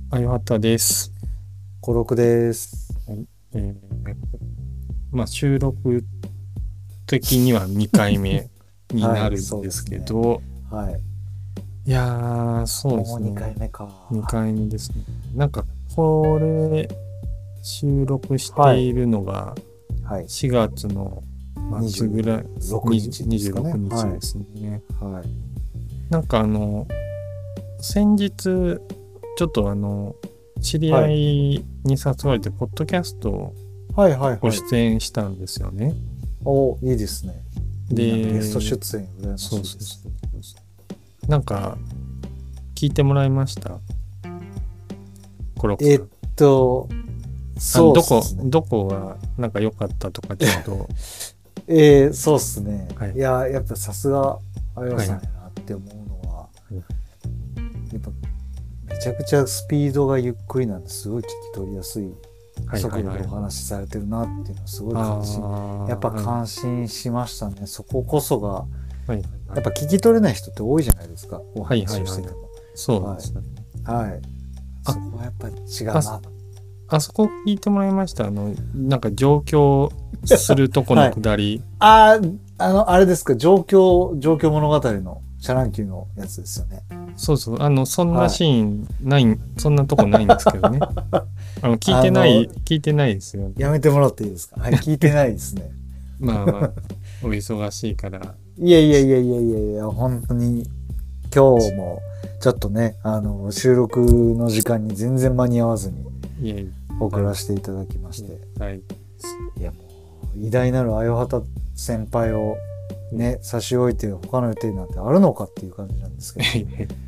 あよはたです。 小六です。 はい。えー収録的には2回目にはい、 なるんそうですですね。 けど、 はい。 いやー、そうでもうすね。 2回目か。 2回目ですね。なんか、これ、収録してはい。 いるのがはい。 4月の末ぐらい、 26日です 26 かね。 日ではい。 すね。 はい。 なんか先日、ちょっと知り合いはい。 に誘われて、ポッドキャストをはい。はい。 ごはい。 出演したんですよね。 お、いいですね。いいな。ゲストで、 出演、羨まそうそうしいです。 そうそう。なんか、聞いてもらいました。コロックさん。 えっと、そうっすね。 どこがなんか良かったとかちょっと、 そうっすね。 はい、 いや、やっぱさすが、あやはい、 さんやはなって思うのは、やっぱめちゃくちゃスピードがゆっくりなんですごい聞き取りやすいい、 速はい、はい。 度でお話しされてるなっていうのはすごいあ感心、やっぱあ、はい、 感心しましたね。そここそが、 はい、はい、 やっぱ聞き取れない人って多いじゃないですか。おはい、はい、はい。 話をしてても。はそうですね。 い。はい。 あ、 そこはやっぱ違うあ、 な。 あそこ聞いてもらいました。なんか上京するとこのはい。 くだり。 あれですか、状況物語のシャランキューのやつですよね。 そうそう。そんなはい。 シーンない、そんなとこないんですけどね。 あの、 聞いてないですよね。 やめてもらっていいですか？はい。聞いてないですね。 まあまあ、お忙しいから。 いやいやいやいやいやいや、本当に今日もちょっとね、収録の時間に全然間に合わずにいえいえ、はい、 送らせていただきましいて。 えはい。 いやもう、偉大なるあよはた先輩をね、差し置いて他の予定なんてあるのかっていう感じなんですけど。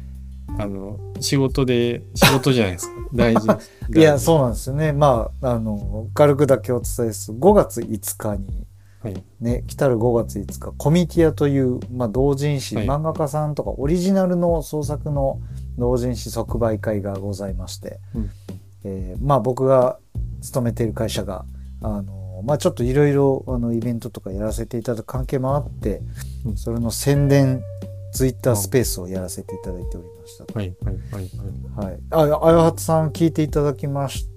仕事じゃないですか。大事、 いや、 大事。 そうなんですよね。まあ、軽くだけお伝えする。5月5日に、 はい、 ね、来たる5月5日、コミティアという、まあ、同人誌、 はい、 漫画家さんとかオリジナルの創作の同人誌即売会がございまして、 うん、 まあ僕が勤めている会社が、まあちょっといろいろイベントとかやらせていただく関係もあって、 うん、 それの宣伝、ツイッターあ、 スペースをやらせていただいておりました。 はい、はい、はい、はい。 はい。あやはつさん聞いていただきました？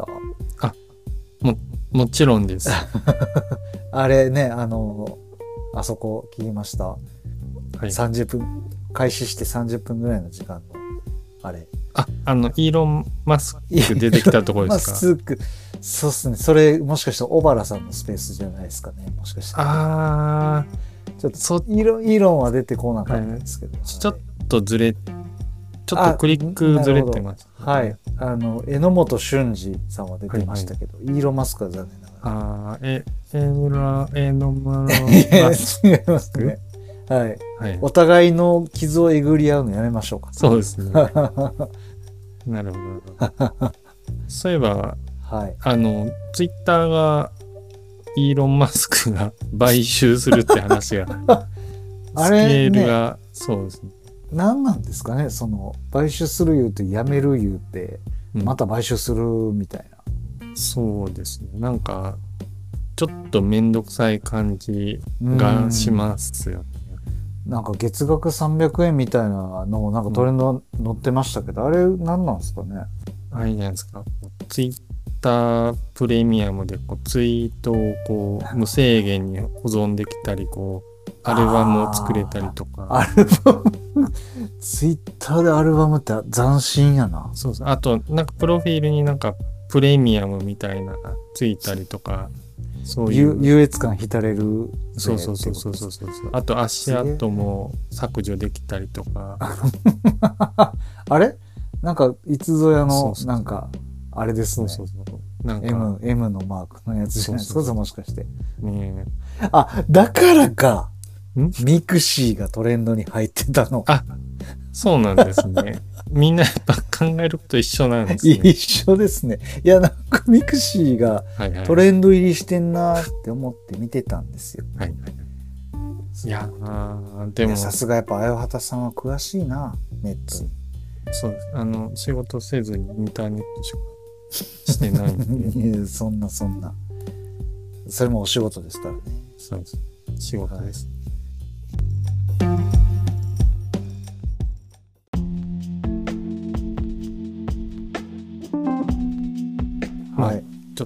あ、も、もちろんです。 あれね、あそこ聞きました。 はい。 30分、開始して30分ぐらいの時間の、あれ。 あ、イーロン・マスいや、 ク出てきたところでまあ、 すか？ すぐ、そうっすね。それ、もしかしたら小原さんのスペースじゃないですかね。もしかしたら。 あちょっと、 そ、 イーロンは出てこなかったんはい。 ですけど。 ちょっはい、 とちょっとクリックずれてなるほど。 ましたはい。 ね。 榎本俊二さんは出てはい、はい。 ましたけど、イーロン・マスクは残念ながエノムら。 ラいや、 マス違いますク。 ね。はい。 はい。 お互いの傷をえぐり合うのやめましょうか。 そうですね。なるほど。そういえば、 はい。 ツイッターが、イーロン・マスクが買収するって話が、 あスケールれね、 が、そうですね。 何なんですかね、その、買収する言うて、やめる言うて、 うん。 また買収するみたいな。 そうですね。なんか、ちょっとめんどくさい感じうーがしん。 ますよね。 なんか月額300円みたいなのもなんかうん。 トレンド載ってましたけど、あれ何なんですかね。 あれじゃないですか。ツイッタープレミアムでツイートを無制限に保存できたり、アルバムを作れたりあとか。 あ、アルバム、ツイッターでアルバムって斬新やな。 そうそう。あと、なんかプロフィールになんかプレミアムみたいなついたりとか、そういう、 優越感浸れるそうぜっそうそうそうていうことです。 そうそう。あと足すげえ。 跡も削除できたりとか。 あれなんか、いつぞやの、 そうそうそう。 なんか、あれですね。 そうそうそう。なんか、 M のマークのやつじゃないですか、 そうそうそもしかして。 う。ねあ、だからか。 え。 ミクシーがトレンドに入ってたの。 あ、そうなんですね。みんなやっぱ考えること一緒なんですね。 一緒ですね。いや、なんかミクシーがはいはい。 トレンド入りしてんなって思って見てたんですよ。 はいはい。いやいや、さでも、 すがやっぱ、あやはたさんは詳しいな、ネットに。 そうです。仕事せずにインターネットしかしてないんで、 いやそんなそんな。それもお仕事ですからね。 そうです。仕事はい。 です。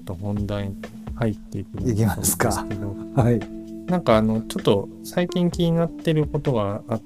と本題に入っていくんいきますか。 けど、 はい。 なんかちょっと最近気になってることがあって、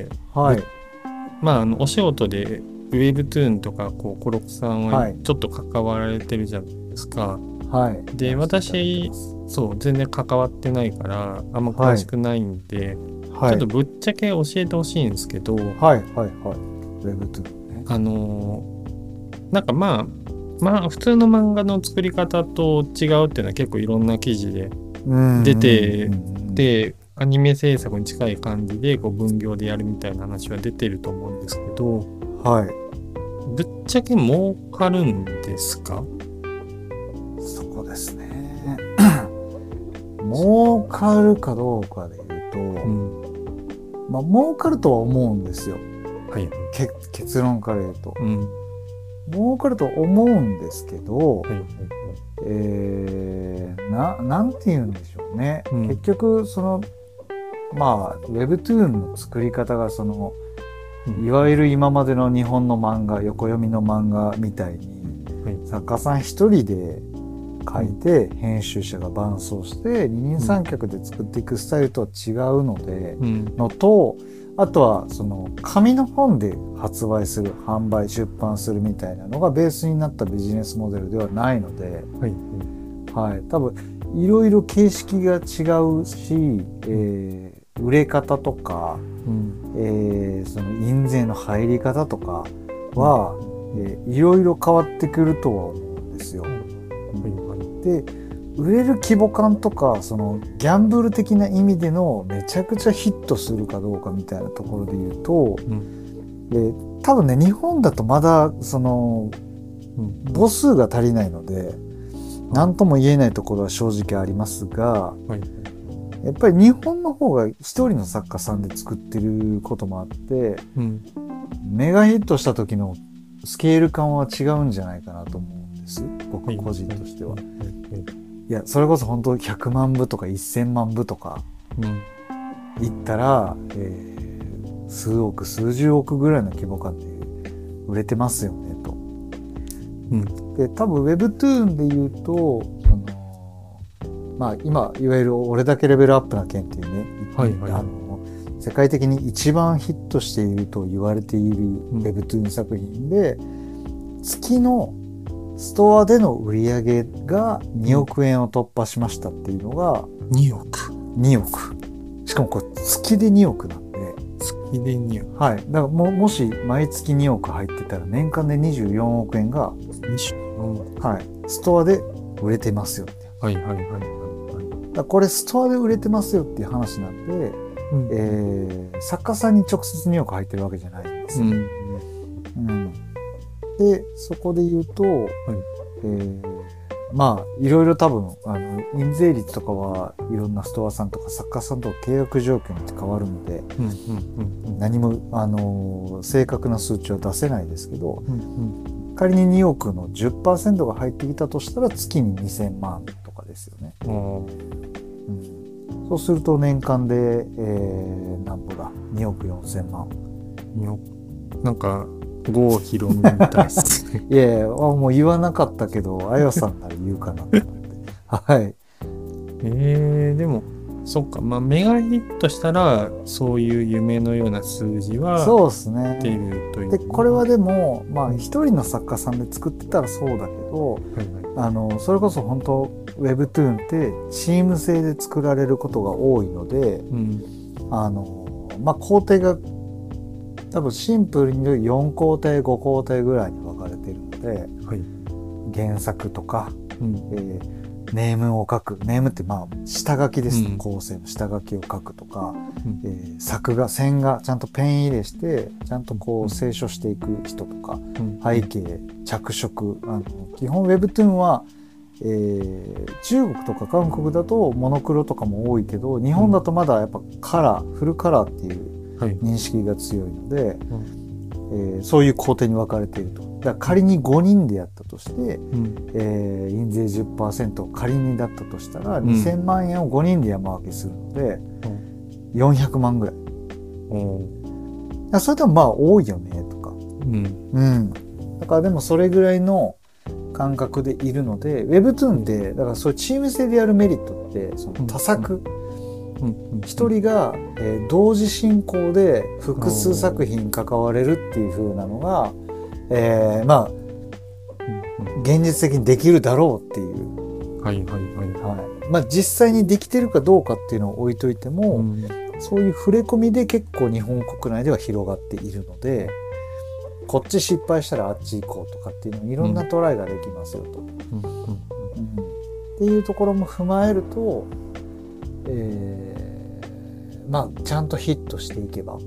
はい。 まあお仕事で Webtoon とかこうコロクさんははいちょっと関わられてるじゃないですか。 はい。 で、私、そう、全然関わってないから、あんま詳しくないんで、 はい。 ちょっとぶっちゃけ教えてほしいんですけど、 はい。はい。はい。Webtoon ね。 なんかまあ、普通の漫画の作り方と違うっていうのは結構いろんな記事で出てて、アニメ制作に近い感じでこう分業でやるみたいな話は出てると思うんですけど、 はい。 ぶっちゃけ儲かるんですか？ そこですね。儲かるかどうかで言うと、まあ儲かるとは思うんですよ。 はい。 結論から言うと。 うん。 儲かると思うんですけど、 はい。 なんて言うんでしょうね。 うん結局、まあ、Webtoon の作り方がいわゆる今までの日本の漫画、横読みの漫画みたいに、作家さん一人で書いて、編集者が伴走して、二人三脚で作っていくスタイルとは違うので、あとは、紙の本で発売する、販売、出版するみたいなのがベースになったビジネスモデルではないので、はい。多分、いろいろ形式が違うし、売れ方とか、印税の入り方とかは、いろいろ変わってくるとは思うんですよ。で、売れる規模感とか、ギャンブル的な意味でのめちゃくちゃヒットするかどうかみたいなところで言うと、多分ね、日本だとまだ、母数が足りないので、何とも言えないところは正直ありますが、やっぱり日本の方が一人の作家さんで作ってることもあって、メガヒットした時のスケール感は違うんじゃないかなと思うんです。僕個人としては。いや、それこそ本当100万部とか1000万部とかいったら、数億、数十億ぐらいの規模感で売れてますよね、と。で、多分 Webtoon で言うと、まあ今、いわゆる俺だけレベルアップな件っていうね、世界的に一番ヒットしていると言われている Webtoon 作品で、月のストアでの売り上げが2億円を突破しましたっていうのが、 2億。 2億。しかもこれ月で2億なんで。 月で2億。 はい。だからもし毎月2億入ってたら年間で24億円が、はい。ストアで売れてますよって。だこれストアで売れてますよっていう話なんで、作家さんに直接2億入ってるわけじゃないんですよ。で、そこで言うと、まあ、いろいろ多分、印税率とかはいろんなストアさんとか作家さんと契約状況によって変わるので、何も、正確な数値は出せないですけど、仮に2億の 10% が入ってきたとしたら月に2000万とかですよね。そうすると年間で、何ぼだ ?2 億4000万。 なんか、郷ひろみみたいです。 いやいや、もう言わなかったけど、あやさんなら言うかなと思って。はい。 でも、そっか、まあ、メガヒットしたら、そういう夢のような数字はそうですね。 出るという。 で、これはでも、まあ、一人の作家さんで作ってたらそうだけど、それこそ本当、Webtoon ってチーム制で作られることが多いので、まあ、工程が多分シンプルに4工程、5工程ぐらいに分かれているので、原作とか、ネームを書く。ネームってまあ、下書きですね。構成の下書きを書くとか、作画、線画、ちゃんとペン入れして、ちゃんとこう、清書していく人とか、背景、着色。基本 Webtoon は、中国とか韓国だとモノクロとかも多いけど、日本だとまだやっぱフルカラーっていう認識が強いので、そういう工程に分かれていると。だから仮に5人でやったとして、印税 10% 仮にだったとしたら、2000万円を5人で山分けするので、400万ぐらい。それでもまあ多いよね、とか。だからでもそれぐらいの、 感覚でいるので、Webtoon でだからそういうチーム制でやるメリットってその多作、一人が、同時進行で複数作品に関われるっていう風なのが、まあ現実的にできるだろうっていう、 はいはいはい、 まあ実際にできてるかどうかっていうのを置いといても、そういう触れ込みで結構日本国内では広がっているので、こっち失敗したらあっち行こうとかっていうのいろんなトライができますよと、っていうところも踏まえると、まあちゃんとヒットしていけば、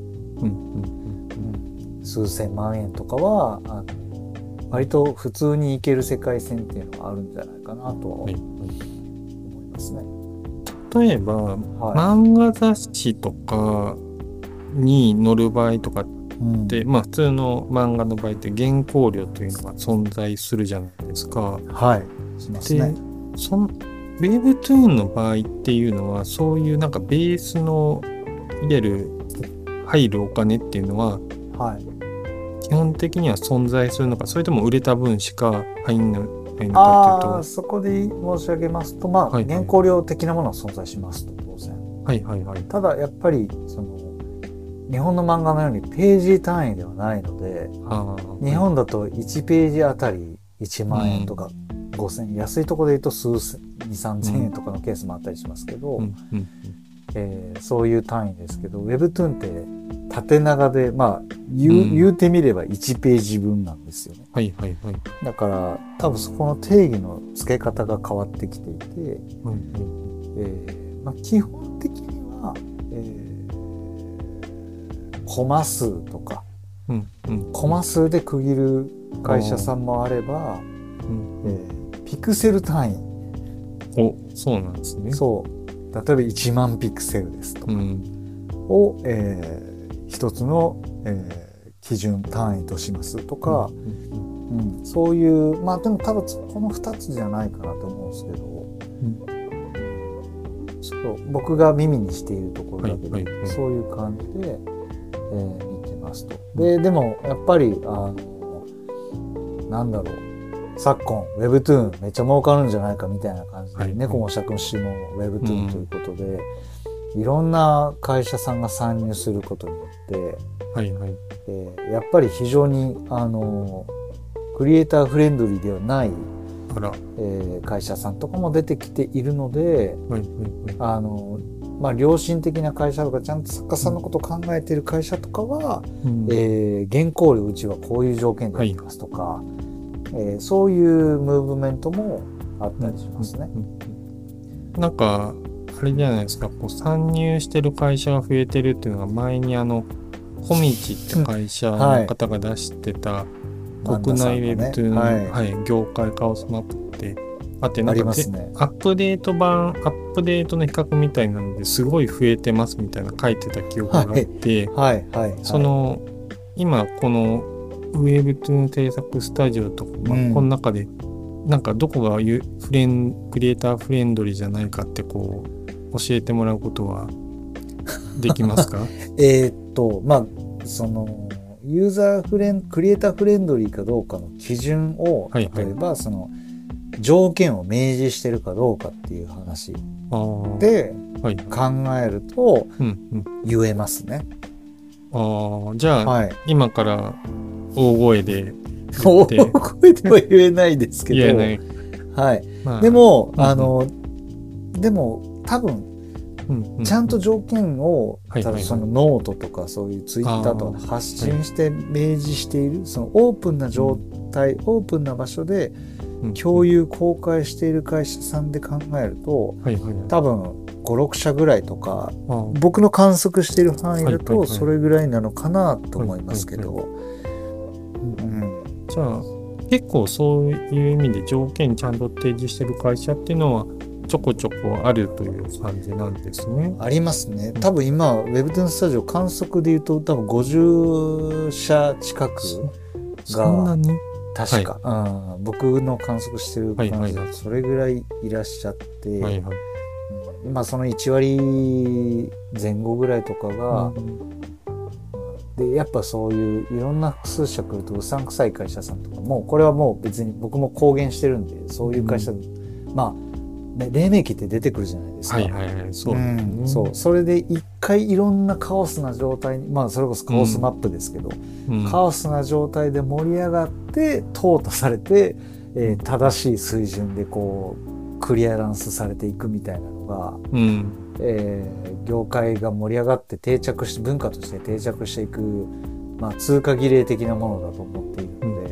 数千万円とかは割と普通にいける世界線っていうのがあるんじゃないかなとは思いますね。 例えば、漫画雑誌とかに載る場合とかって、まあ普通の漫画の場合って原稿料というのが存在するじゃないですか。 しますね。 で、Webtoon の場合っていうのはそういうなんかベースのいわゆる入るお金っていうのは、基本的には存在するのか、それとも売れた分しか入んないのかっていうと、 そこで申し上げますと、まあ原稿料的なものは存在しますと当然。ただやっぱりその日本の漫画のようにページ単位ではないので、日本だと1ページあたり1万円とか5000円、安いところで言うと数千2、3000円とかのケースもあったりしますけど、そういう単位ですけど、Webtoon って縦長で、まあ言うてみれば1ページ分なんですよね。だから多分そこの定義の付け方が変わってきていて、まあ、基本的には、コマ数とか、コマ数で区切る会社さんもあれば、ピクセル単位。 そうなんですね。 そう。例えば1万ピクセルですとかを、一つの、基準単位としますとか、そういう、まあでも多分この2つじゃないかなと思うんですけど、そう僕が耳にしているところだけで、そういう感じで、見てますと。でもやっぱりなんだろう、昨今 Webtoon めっちゃ儲かるんじゃないかみたいな感じで、猫も借子も Webtoon ということで、いろんな会社さんが参入することによって、やっぱり非常にクリエイターフレンドリーではない、会社さんとかも出てきているので、まあ良心的な会社とかちゃんと作家さんのことを考えている会社とかは、原稿料うちはこういう条件でやってますとか、そういうムーブメントもあったりしますね。 なんかあれじゃないですか、こう参入してる会社が増えてるっていうのが、前にコミチって会社の方が出してた国内 Webtoon、業界カオスマップってあって、なんかアップデートの比較みたいなのですごい増えてますみたいな書いてた記憶があって、その今このWebtoon 制作スタジオとか、この中でなんかどこがクリエイターフレンドリーじゃないかってこう教えてもらうことはできますか？ まあそのユーザークリエイターフレンドリーかどうかの基準を、例えばその条件を明示してるかどうかっていう話で考えると言えますね。 じゃあ、今から大声で大声では言えないですけど、でもでも多分ちゃんと条件をそのノートとかそういうツイッターとかで発信して明示している、そのオープンな状態、オープンな場所で共有公開している会社さんで考えると、多分5、6社ぐらいとか、僕の観測している範囲だとそれぐらいなのかなと思いますけど、 じゃあ結構そういう意味で条件ちゃんと提示してる会社っていうのはちょこちょこあるという感じなんですね。 ありますね。多分今 Webtoon スタジオ観測でいうと多分50社近くがそんなに確か、僕の観測してる感じだとそれぐらいいらっしゃって、今その1割前後ぐらいとかが、 でやっぱそういういろんな複数社来るとうさんくさい会社さんとかもこれはもう別に僕も公言してるんでそういう会社、まあね、黎明期って出てくるじゃないですか。 はいはいはい、そうですね。 そう、それで一回いろんなカオスな状態に、まあそれこそカオスマップですけど、カオスな状態で盛り上がって淘汰されて、正しい水準でこうクリアランスされていくみたいなのが、業界が盛り上がって定着して文化として定着していく、まあ、通過儀礼的なものだと思っている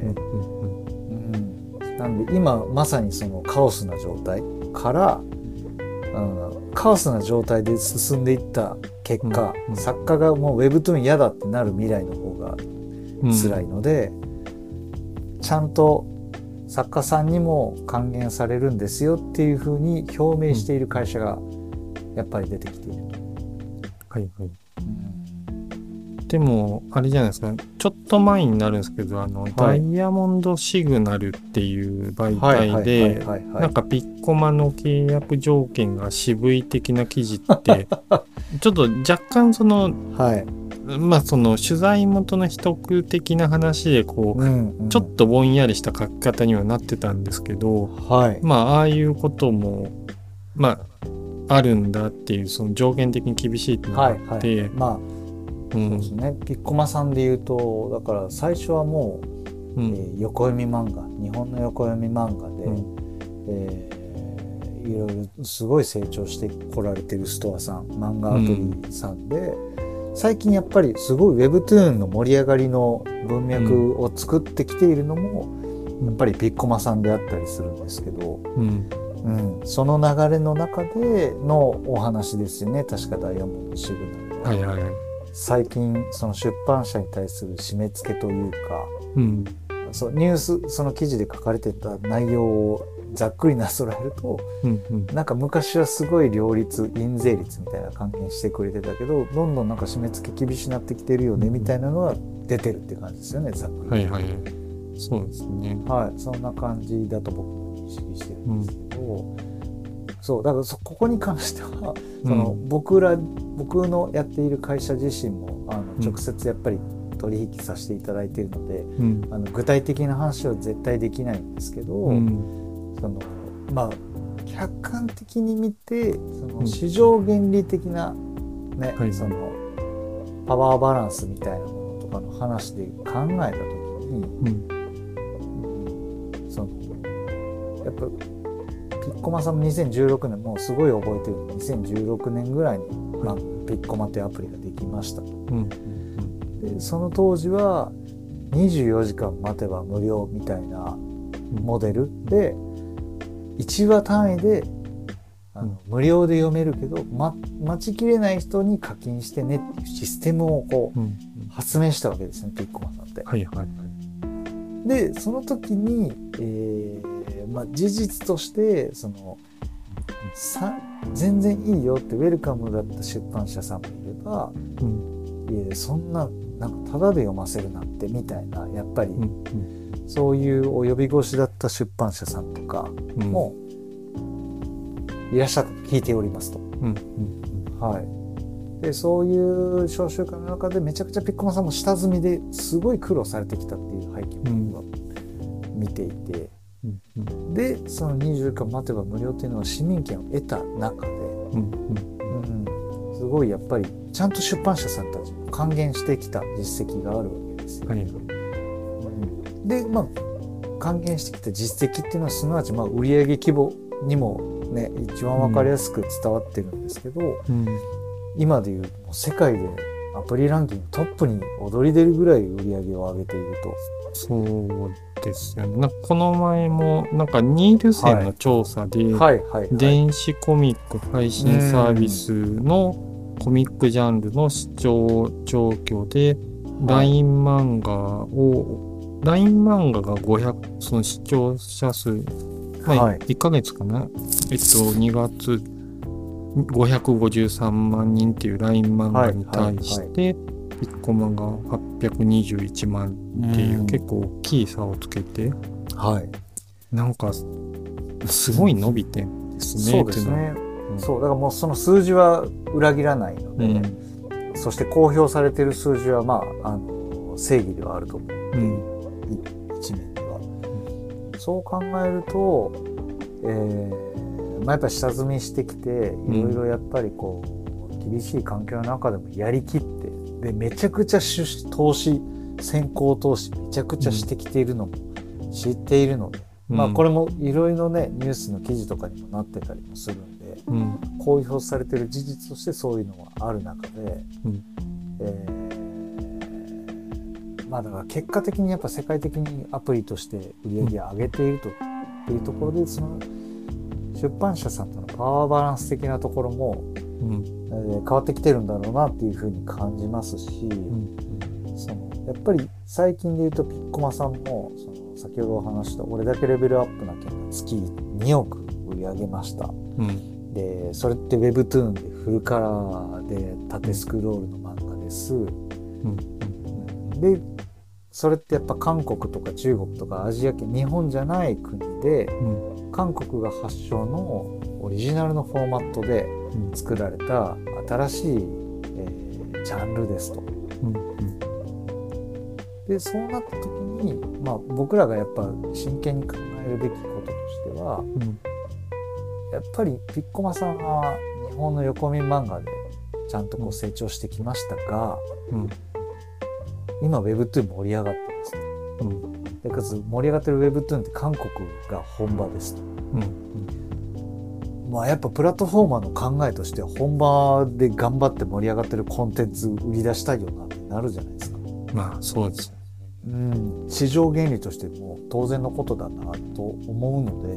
ので、なんで今まさにそのカオスな状態から、カオスな状態で進んでいった結果、作家がもう Webtoon 嫌だってなる未来の方が辛いので、ちゃんと作家さんにも還元されるんですよっていうふうに表明している会社がやっぱり出てきていると。 はいはい。でもあれじゃないですか、ちょっと前になるんですけど、ダイヤモンドシグナルっていう媒体でなんかピッコマの契約条件が渋い的な記事ってちょっと若干その、まあその取材元の秘匿的な話でこう、ちょっとぼんやりした書き方にはなってたんですけど、まあああいうこともまああるんだっていう、その条件的に厳しいってのがあって、 まあそうですね、ピッコマさんで言うとだから最初はもう、横読み漫画、日本の横読み漫画で、いろいろすごい成長してこられてるストアさん、漫画アプリさんで、最近やっぱりすごい Webtoon の盛り上がりの文脈を作ってきているのも、やっぱりピッコマさんであったりするんですけど、その流れの中でのお話ですよね。確かダイヤモンドシグナルは。最近その出版社に対する締め付けというか、そうニュースその記事で書かれてた内容をざっくりなぞらえると、なんか昔はすごい両立印税率みたいな還元してくれてたけど、どんどんなんか締め付け厳しくなってきてるよねみたいなのは出てるって感じですよね、ざっくり。 そうですね。 そんな感じだと僕も認識してるんですけど、そうだからここに関してはその僕のやっている会社自身も直接やっぱり取引させていただいているので、具体的な話は絶対できないんですけど、そのまあ客観的に見てその市場原理的なね、そのパワーバランスみたいなものとかの話で考えた時に、そのやっぱピッコマさんも2016年もうすごい覚えてる2016年ぐらいに、ピッコマというアプリができましたと。でその当時は24時間待てば無料みたいなモデルで1話単位で無料で読めるけど、待ちきれない人に課金してねっていうシステムをこう発明したわけですね、ピッコマさんって。でその時に、事実としてその全然いいよってウェルカムだった出版社さんもいれば、いやそんななんかタダで読ませるなんてみたいな、やっぱり、そういうお呼び越しだった出版社さんとかもいらっしゃったと聞いておりますと。でそういう召集会の中でめちゃくちゃピッコマさんも下積みですごい苦労されてきたっていう背景を見ていて、でその24時間待てば無料っていうのは市民権を得た中で、すごいやっぱりちゃんと出版社さんたちも還元してきた実績があるわけですよ。で還元してきた実績っていうのはすなわち売上規模にもね一番分かりやすく伝わってるんですけど、今でいう世界でアプリランキングトップに躍り出るぐらい売り上げを上げていると。 そうですよね。この前もなんかニールセンの調査で、電子コミック配信サービスのコミックジャンルの視聴状況で、LINE 漫画が500、その視聴者数、1ヶ月かな、2月553万人っていう LINE 漫画に対して、ピッコマが821万っていう結構大きい差をつけて、なんかすごい伸びてんですね。 そうですね。そうだからもうその数字は裏切らないので、 そして公表されている数字は、まあ、正義ではあると思う、一面では。そう考えると、まあ、やっぱり下積みしてきて、いろいろやっぱりこう、厳しい環境の中でもやりきって、で、めちゃくちゃ投資、先行投資めちゃくちゃしてきているのも知っているので、まあこれもいろいろね、ニュースの記事とかにもなってたりもするんで、公表されている事実としてそういうのがある中で、まあだから結果的にやっぱ世界的にアプリとして売り上げを上げているっていうところで、その出版社さんとのパワーバランス的なところも、変わってきてるんだろうなっていうふうに感じますし、やっぱり最近で言うとピッコマさんも先ほどお話した俺だけレベルアップな件が月2億売り上げました、でそれって Webtoon でフルカラーで縦スクロールの漫画です、でそれってやっぱ韓国とか中国とかアジア圏日本じゃない国で、韓国が発祥のオリジナルのフォーマットで作られた新しい、ジャンルですと。でそうなった時に、まあ、僕らがやっぱ真剣に考えるべきこととしては、やっぱりピッコマさんは日本の横見漫画でちゃんとこう成長してきましたが、今 Webtoon 盛り上がってますね。でかつ盛り上がってる Webtoon って韓国が本場ですと。まあやっぱプラットフォーマーの考えとしては本場で頑張って盛り上がってるコンテンツ売り出したいよなってなるじゃないですか。 まあそうですよね。 市場原理としても当然のことだなと思うので、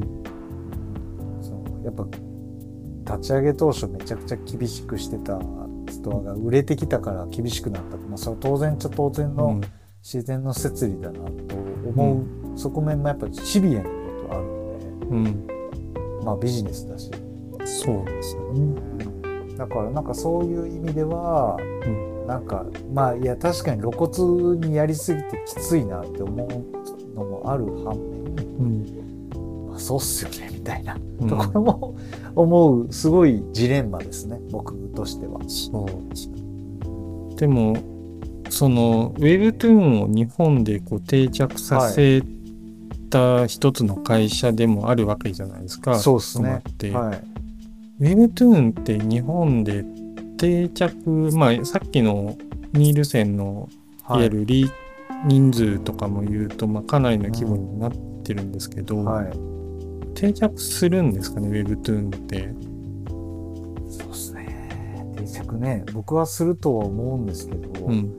やっぱ立ち上げ当初めちゃくちゃ厳しくしてたストアが売れてきたから厳しくなった。まあそれは当然っちゃ当然の自然の摂理だなと思う側面もやっぱりシビアに言うとあるので、まあビジネスだし。 そうですよね。 だからなんかそういう意味では、なんかまあいや確かに露骨にやりすぎてきついなって思うのもある反面、まあそうっすよねみたいなところも思うすごいジレンマですね、僕としては。 そうです。でもその Webtoon を日本でこう定着させた一つの会社でもあるわけじゃないですか。 そうですね。 Webtoon って日本で定着、まあさっきのニールセンのいわゆる人数とかも言うと、まあかなりの規模になってるんですけど、定着するんですかね Webtoon って。 そうですね。定着ね、僕はするとは思うんですけど、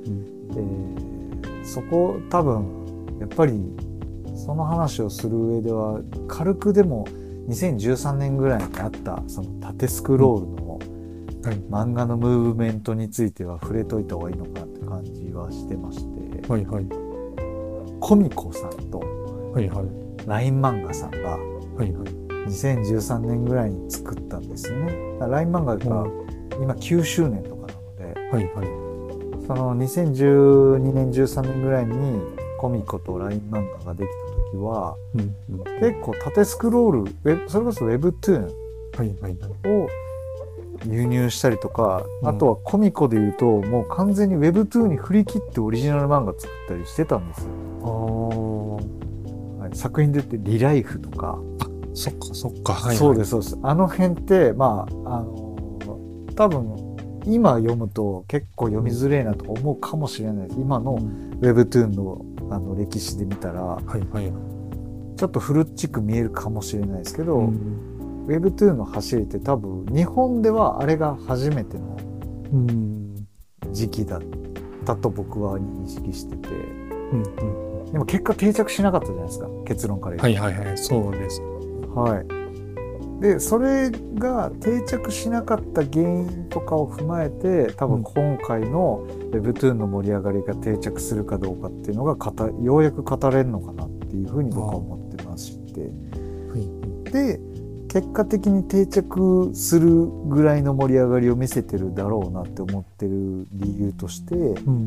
そこ多分やっぱりその話をする上では軽くでも2013年ぐらいにあったその縦スクロールの漫画のムーブメントについては触れといた方がいいのかなって感じはしてまして、コミコさんと LINE 漫画さんが2013年ぐらいに作ったんですよね。LINE 漫画が今9周年とかなので、その2012年13年ぐらいにコミコと LINE 漫画ができた時は、結構縦スクロール、それこそ Webtoon を輸入したりとか、あとはコミコで言うともう完全に Webtoon に振り切ってオリジナル漫画作ったりしてたんですよ。作品で言ってリライフとか。 そっかそっか。 そうですそうです。あの辺ってまあ多分今読むと結構読みづれえなと思うかもしれないです。今の Webtoon の歴史で見たら、ちょっと古っちく見えるかもしれないですけど、Webtoon の走りって多分日本ではあれが初めての時期だったと僕は認識してて、でも結果定着しなかったじゃないですか、結論から言うと。 そうです。 でそれが定着しなかった原因とかを踏まえて多分今回の Webtoon の盛り上がりが定着するかどうかっていうのがようやく語れるのかなっていうふうに僕は思ってまして、で結果的に定着するぐらいの盛り上がりを見せてるだろうなって思ってる理由として、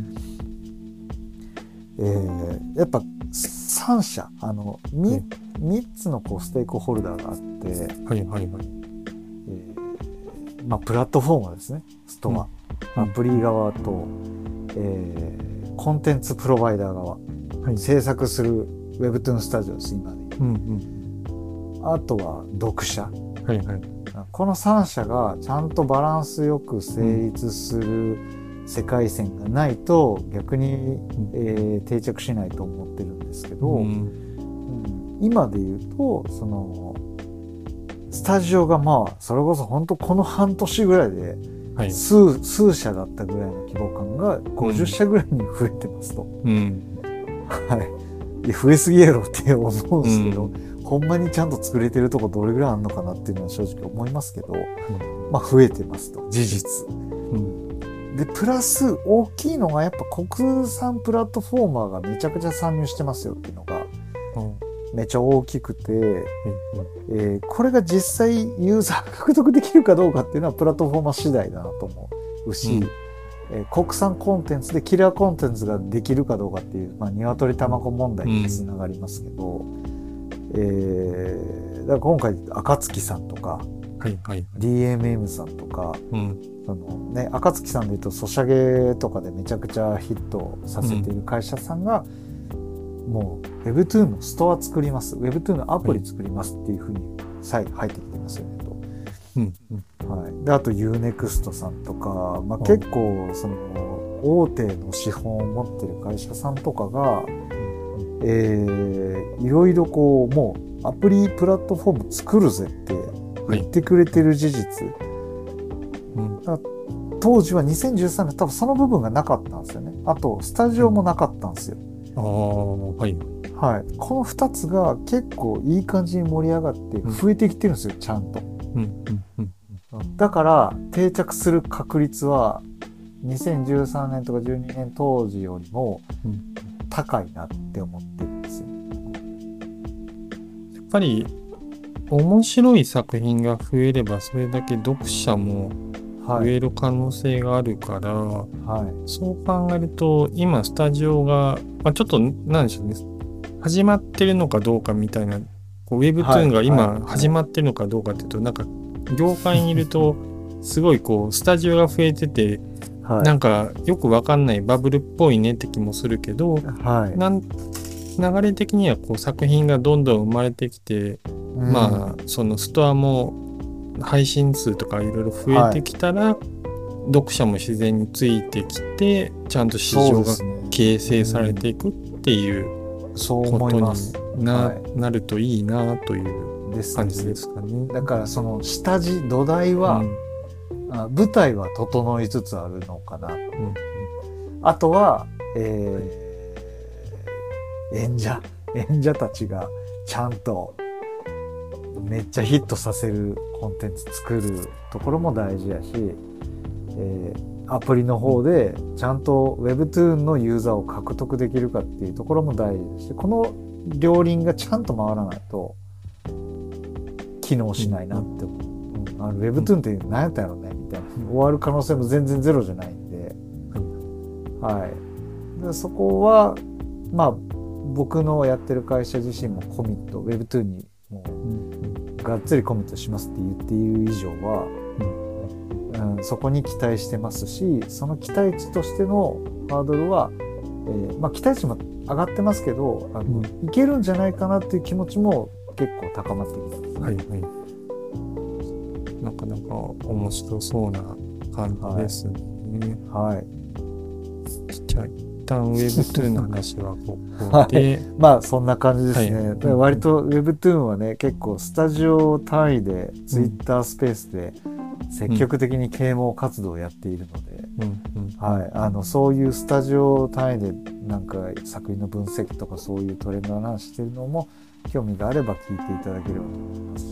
やっぱ3社3つのこうステークホルダーがあって、まあプラットフォーマーですね、ストア、 アプリ側と、コンテンツプロバイダー側、はい、制作する Webtoon スタジオです今で、あとは読者、はいはい、この3社がちゃんとバランスよく成立する世界線がないと逆に、定着しないと思ってるんですけど、今で言うとそのスタジオがまあそれこそ本当この半年ぐらいで数社だったぐらいの規模感が50社ぐらいに増えてますと、はい、増えすぎやろって思うんですけど、ほんまにちゃんと作れてるとこどれぐらいあるのかなっていうのは正直思いますけど、まあ増えてますと事実、でプラス大きいのがやっぱ国産プラットフォーマーがめちゃくちゃ参入してますよっていうのがめっちゃ大きくて、これが実際ユーザー獲得できるかどうかっていうのはプラットフォーマー次第だなと思うし、国産コンテンツでキラーコンテンツができるかどうかっていう、まあ、鶏卵問題につながりますけど、だから今回暁さんとか、DMM さんとか、そのね、暁さんでいうとソシャゲとかでめちゃくちゃヒットさせている会社さんが、もう Webtoon のストア作ります Webtoon のアプリ作りますっていうふうに入ってきてますよねと、はい、であと Unext さんとか、まあ、結構その大手の資本を持ってる会社さんとかが、いろいろこうもうアプリプラットフォーム作るぜって言ってくれてる事実、当時は2013年多分その部分がなかったんですよね。あとスタジオもなかったんですよ。はい、この2つが結構いい感じに盛り上がって増えてきてるんですよ、ちゃんと。だから定着する確率は2013年とか12年当時よりも高いなって思ってるんですよ。 やっぱり面白い作品が増えればそれだけ読者も増える可能性があるから、そう考えると今スタジオが、まあ、ちょっとなんでしょうね、始まってるのかどうかみたいな、こう Webtoon が今始まってるのかどうかっていうと、なんか業界にいるとすごいこうスタジオが増えてて、なんかよくわかんないバブルっぽいねって気もするけど、流れ的にはこう作品がどんどん生まれてきて、まあそのストアも配信数とかいろいろ増えてきたら、読者も自然についてきてちゃんと市場が形成されていくっていうことに なるといいなという感じですかね。 だからその下地土台は、舞台は整いつつあるのかな、あとは、演者たちがちゃんとめっちゃヒットさせるコンテンツ作るところも大事やし、アプリの方でちゃんと Webtoon のユーザーを獲得できるかっていうところも大事ですし、この両輪がちゃんと回らないと機能しないなって思う。Webtoon って何やったんやろねみたいな、終わる可能性も全然ゼロじゃないんで、でそこはまあ僕のやってる会社自身もコミット Webtoon にもうがっつりコミットしますって言っている以上は、そこに期待してますし、その期待値としてのハードルは、まあ期待値も上がってますけど、いけるんじゃないかなっていう気持ちも結構高まってきてます、 なかなか面白そうな感じですね。じゃあ一旦 Webtoon の話はここで、 まあそんな感じですね。割と Webtoon はね結構スタジオ単位で Twitter スペースで積極的に啓蒙活動をやっているので、そういうスタジオ単位でなんか作品の分析とかそういうトレンドの話してるのも興味があれば聞いていただければと思います